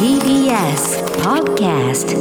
TBS Podcast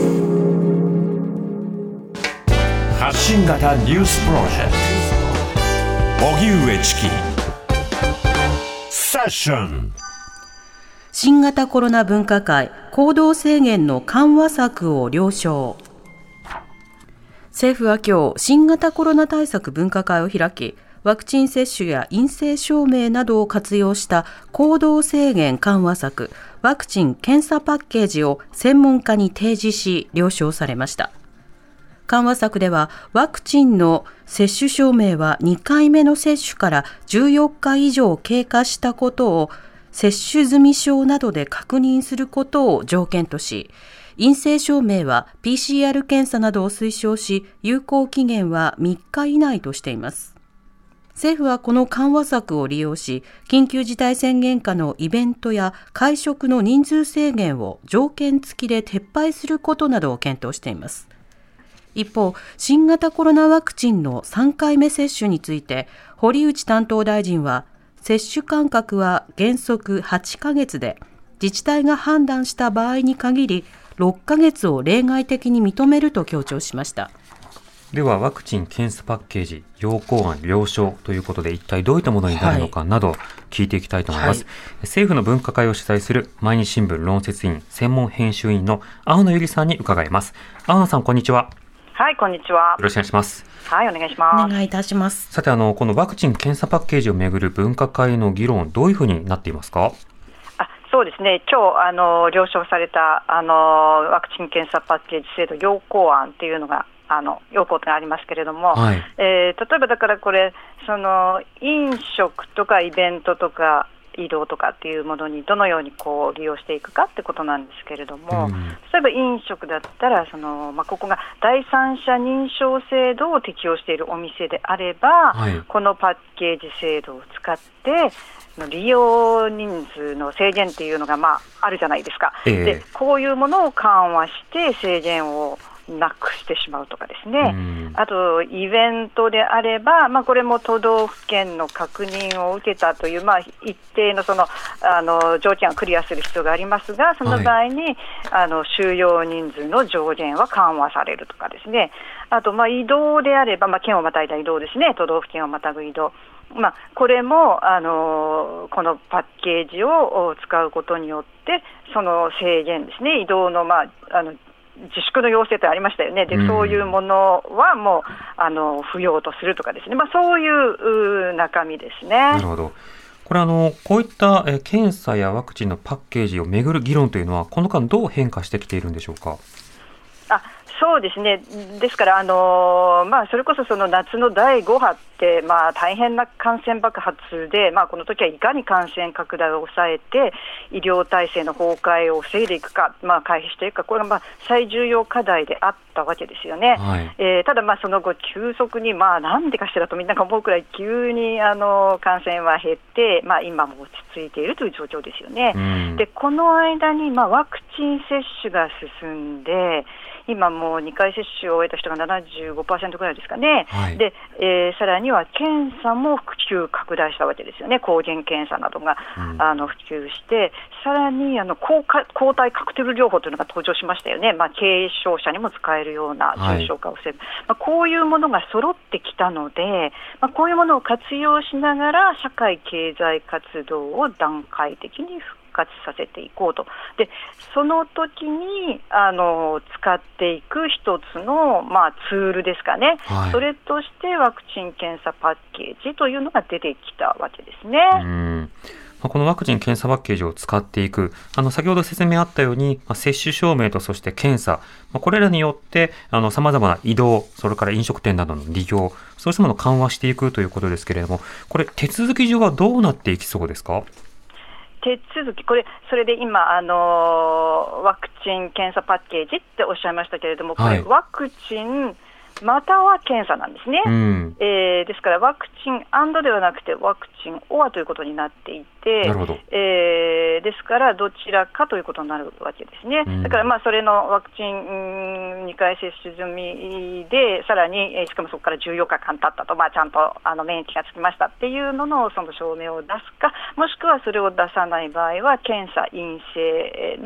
発信型ニュースプロジェクト荻上チキセッション。 新型コロナ分科会行動制限の緩和策を了承。政府は今日新型コロナ対策分科会を開き、ワクチン接種や陰性証明などを活用した行動制限緩和策、ワクチン・検査パッケージを専門家に提示し了承されました。緩和策ではワクチンの接種証明は2回目の接種から14日以上経過したことを接種済証などで確認することを条件とし、陰性証明は PCR 検査などを推奨し、有効期限は3日以内としています。政府はこの緩和策を利用し、緊急事態宣言下のイベントや会食の人数制限を条件付きで撤廃することなどを検討しています。一方、新型コロナワクチンの3回目接種について、堀内担当大臣は、接種間隔は原則8ヶ月で、自治体が判断した場合に限り、6ヶ月を例外的に認めると強調しました。 では、ワクチン・検査パッケージ要項案了承ということで、一体どういったものになるのかなど聞いていきたいと思います。政府の分科会を主催する毎日新聞論説委員専門編集員の青野由里さんに伺います。青野さん、こんにちは。 はい、こんにちは。 よろしくお願いします。 はい、お願いします。 お願いいたします。 さて、このワクチン・検査パッケージをめぐる分科会の議論、どういうふうになっていますか？ そうですね、今日了承されたワクチン・検査パッケージ制度要項案っていうのが要項がありますけれども、例えばだからこれ飲食とかイベントとか移動とかっていうものにどのように利用していくかってことなんですけれども、例えば飲食だったらここが第三者認証制度を適用しているお店であれば、このパッケージ制度を使って利用人数の制限っていうのがあるじゃないですか。でこういうものを緩和して制限をなくしてしまうとかですね。あとイベントであれば、これも都道府県の確認を受けたという、一定の条件をクリアする必要がありますが、その場合に収容人数の上限は緩和されるとかですね。あと移動であれば、県をまたいだ移動ですね。都道府県をまたぐ移動、これもこのパッケージを使うことによってその制限ですね、移動の自粛の要請ってありましたよね。でそういうものはもう不要とするとかですね、そういう中身ですね。 なるほど。これこういった検査やワクチンのパッケージをめぐる議論というのはこの間どう変化してきているんでしょうか？ そうですね。ですからそれこそ夏の第5波って大変な感染爆発で、この時はいかに感染拡大を抑えて医療体制の崩壊を防いでいくか、回避していくか、これが最重要課題であったわけですよね。ただその後急速になんでかしらとみんなが思うくらい急に感染は減って、今も落ち着いているという状況ですよね。でこの間にワクチン接種が進んで、今もう2回接種を終えた人が 75% ぐらいですかね。で、さらには検査も普及拡大したわけですよね。抗原検査などが、普及して、さらに抗体カクテル療法というのが登場しましたよね。軽症者にも使えるような重症化を防ぐ、こういうものが揃ってきたので、こういうものを活用しながら社会経済活動を段階的に復活させていこうと。でその時に使っていく一つの、ツールですかね、それとしてワクチン・検査パッケージというのが出てきたわけですね。 このワクチン・検査パッケージを使っていく、先ほど説明あったように、接種証明とそして検査、これらによって様々な移動、それから飲食店などの利用、そうしたものを緩和していくということですけれども、これ手続き上はどうなっていきそうですか？ 手続き、それで今ワクチン・検査パッケージっておっしゃいましたけれども、これワクチンまたは検査なんですね。ですからワクチン&ではなくてワクチン&ということになっていて、ですからどちらかということになるわけですね。だからそれのワクチン2回接種済みで、さらにしかもそこから14日間経ったと、ちゃんと免疫がつきましたっていうののその証明を出すか、もしくはそれを出さない場合は検査陰性の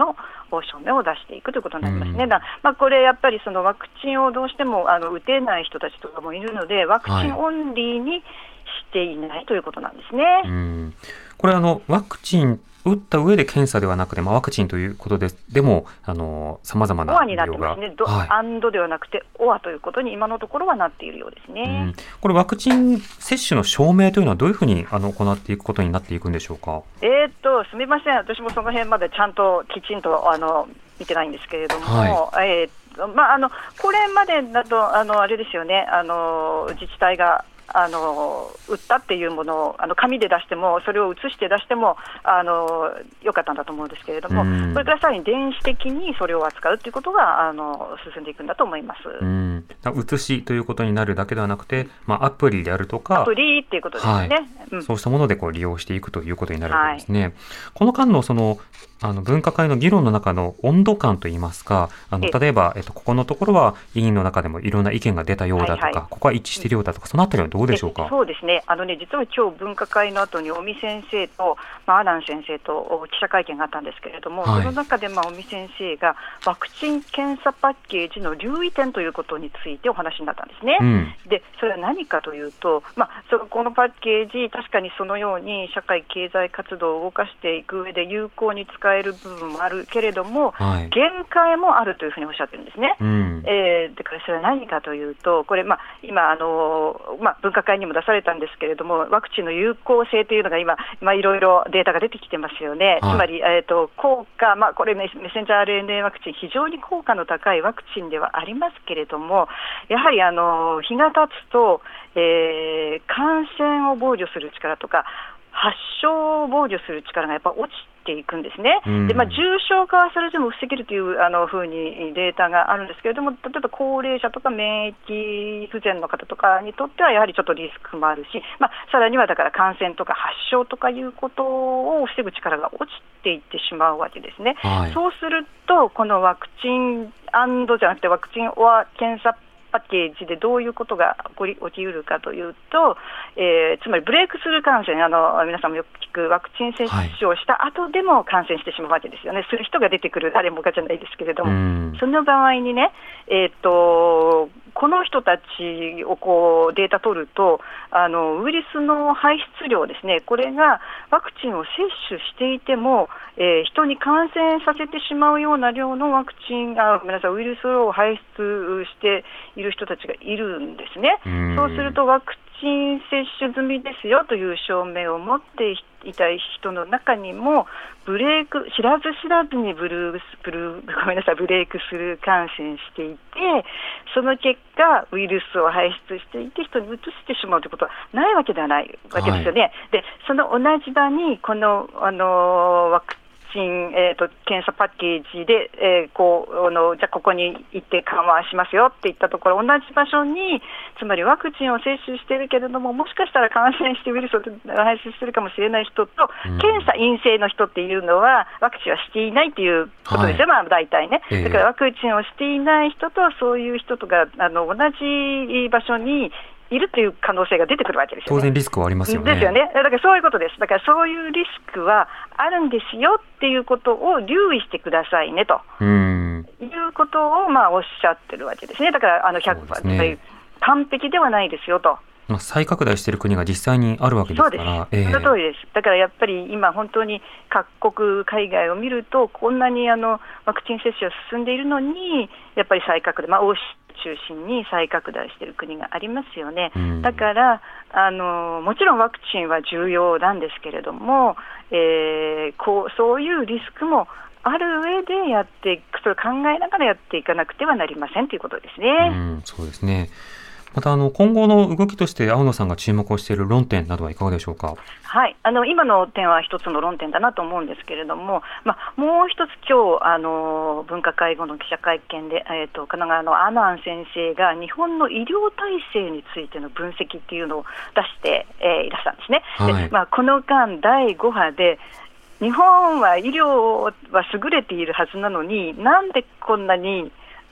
証明を出していくということになりますね。これやっぱりそのワクチンをどうしても打てない人たちとかもいるので、ワクチンオンリーにしていないということなんですね。 これワクチン打った上で検査ではなくて、ワクチンということでも様々なオアになってますね。アンドではなくてオアということに今のところはなっているようですね。 これワクチン接種の証明というのはどういうふうに行っていくことになっていくんでしょうか。 すみません、私もその辺までちゃんときちんと見てないんですけれども、これまでだとあれですよね、自治体が売ったっていうものを紙で出しても、それを写して出してもよかったんだと思うんですけれども、これからさらに電子的にそれを扱うということが進んでいくんだと思います。 写しということになるだけではなくて、アプリであるとか、 アプリっていうことですね。 そうしたもので利用していくということになるわけですね。この間の分科会の議論の中の温度感といいますか、例えば、ここのところは委員の中でもいろんな意見が出たようだとか、ここは一致しているようだとか、そのあたりはどうでしょうか。 そうですね、実は今日分科会の後に尾身先生と、阿南先生と記者会見があったんですけれども、その中で尾身先生がワクチン・検査パッケージの留意点ということについてお話になったんですね。でそれは何かというと、このパッケージ、確かにそのように社会経済活動を動かしていく上で有効に使える部分もあるけれども、限界もあるというふうにおっしゃってるんですね。だからそれは何かというと、これ、今分科会にも出されたんですけれども、ワクチンの有効性というのが今いろいろデータが出てきてますよね。つまり、効果、これメッセンジャー RNA ワクチン、非常に効果の高いワクチンではありますけれども、やはり日が経つと、感染を防御する力とか発症を防御する力がやっぱ落ちていくんですね。で重症化はそれでも防げるというふうにデータがあるんですけれども、例えば高齢者とか免疫不全の方とかにとってはやはりちょっとリスクもあるし、さらにはだから感染とか発症とかいうことを防ぐ力が落ちていってしまうわけですね。そうするとこのワクチン&じゃなくてワクチン/検査パッケージでどういうことが起きうるかというと、つまりブレイクスルー感染、皆さんもよく聞くワクチン接種をした後でも感染してしまうわけですよね。する人が出てくる、誰もがじゃないですけれども、その場合にね、この人たちをデータ取ると、ウイルスの排出量ですね、これがワクチンを接種していても、人に感染させてしまうような量のワクチンウイルスを排出している人たちがいるんですね。そうするとワクチン接種済みですよという証明を持っていた人の中にも知らず知らずにブレイクスルー感染していて、その結果ウイルスを排出していて人に移してしまうということはないわけではないわけですよね。でその同じ場にこのワクチン検査パッケージで、じゃあここに行って緩和しますよっていったところ、同じ場所につまりワクチンを接種しているけれども、もしかしたら感染してウイルスを排出しているかもしれない人と、検査陰性の人っていうのはワクチンはしていないということですよ、大体ね。だからワクチンをしていない人とそういう人とが同じ場所にいるという可能性が出てくるわけですよね。 当然リスクはありますよね。 ですよね。だからそういうことです。だからそういうリスクはあるんですよっていうことを留意してくださいねということをおっしゃってるわけですね。だから100%、完璧ではないですよと。 再拡大している国が実際にあるわけですから。 そうです。その通りです。だからやっぱり今本当に各国海外を見るとこんなにワクチン接種が進んでいるのにやっぱり再拡大、欧州中心に再拡大している国がありますよね。だからもちろんワクチンは重要なんですけれども、そういうリスクもある上でやっていく、それを考えながらやっていかなくてはなりませんということですね。 そうですね。また今後の動きとして青野さんが注目をしている論点などはいかがでしょうか。 はい、今の点は一つの論点だなと思うんですけれども、もう一つ今日分科会後の記者会見で、神奈川の阿南先生が日本の医療体制についての分析っていうのを出して、いらしたんですね。でこの間第5波で日本は医療は優れているはずなのに、なんでこんなに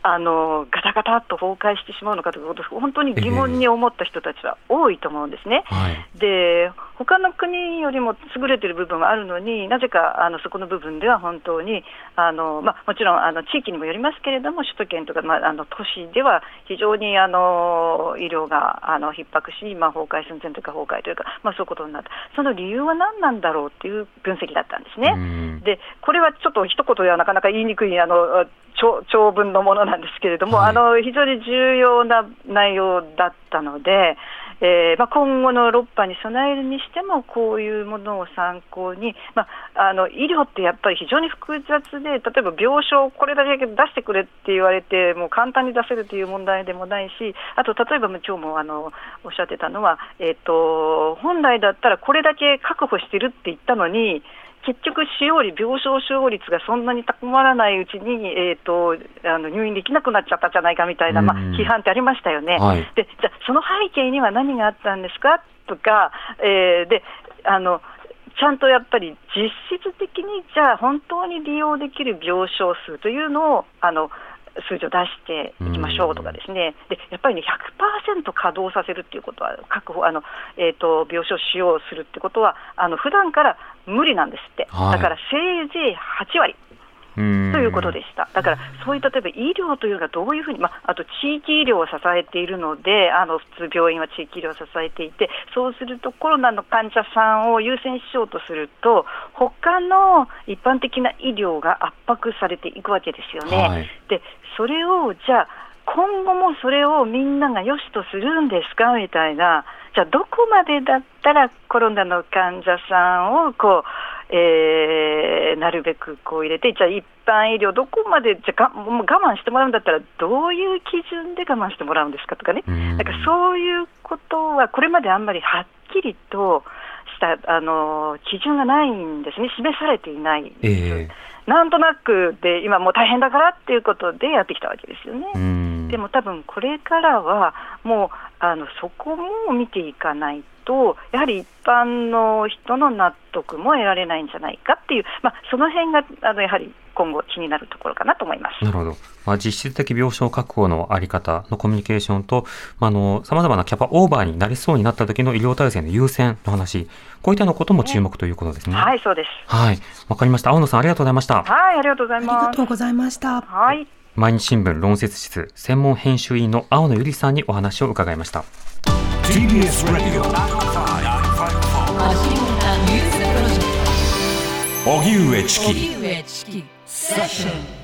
ガタガタっと崩壊してしまうのかということを本当に疑問に思った人たちは多いと思うんですね。で他の国よりも優れている部分はあるのに、なぜかそこの部分では本当にもちろん地域にもよりますけれども、首都圏とか、都市では非常に医療が逼迫し、崩壊寸前というか崩壊というか、そういうことになった。その理由は何なんだろうという分析だったんですね。でこれはちょっと一言ではなかなか言いにくい長文のものなんですけれども、非常に重要な内容だったので、今後の6波に備えるにしてもこういうものを参考に、医療ってやっぱり非常に複雑で、例えば病床をこれだけ出してくれって言われてもう簡単に出せるという問題でもないし、あと例えば今日もおっしゃってたのは、本来だったらこれだけ確保してるって言ったのに、結局病床使用率がそんなに高まらないうちに、入院できなくなっちゃったじゃないかみたいな、批判ってありましたよね。でじゃあその背景には何があったんですかとか、でちゃんとやっぱり実質的にじゃあ本当に利用できる病床数というのを数字を出していきましょうとかですね。でやっぱりね 100% 稼働させるっていうことは、確保病床使用するってことは普段から無理なんですって。だからせいぜい8割ということでした。だからそういった例えば医療というのがどういうふうに、あと地域医療を支えているので、普通病院は地域医療を支えていて、そうするとコロナの患者さんを優先しようとすると他の一般的な医療が圧迫されていくわけですよね。でそれをじゃあ今後もそれをみんなが良しとするんですかみたいな、じゃあどこまでだったらコロナの患者さんをなるべく入れて、じゃあ一般医療どこまでじゃもう我慢してもらうんだったらどういう基準で我慢してもらうんですかとかね。だからそういうことはこれまであんまりはっきりとした基準がないんですね。示されていないんです。なんとなくで今もう大変だからっていうことでやってきたわけですよね。でも多分これからはもうそこも見ていかないと、やはり一般の人の納得も得られないんじゃないかっていう、その辺がやはり今後気になるところかなと思います。 なるほど。実質的病床確保のあり方のコミュニケーションと、様々なキャパオーバーになりそうになった時の医療体制の優先の話、こういったのことも注目ということですね。 はい、そうです。 はい、わかりました。青野さんありがとうございました。 はい、ありがとうございます。 ありがとうございました。 はい。 毎日新聞論説室専門編集員の青野由里さんにお話を伺いました。 TBS Radio 荻上チキセッション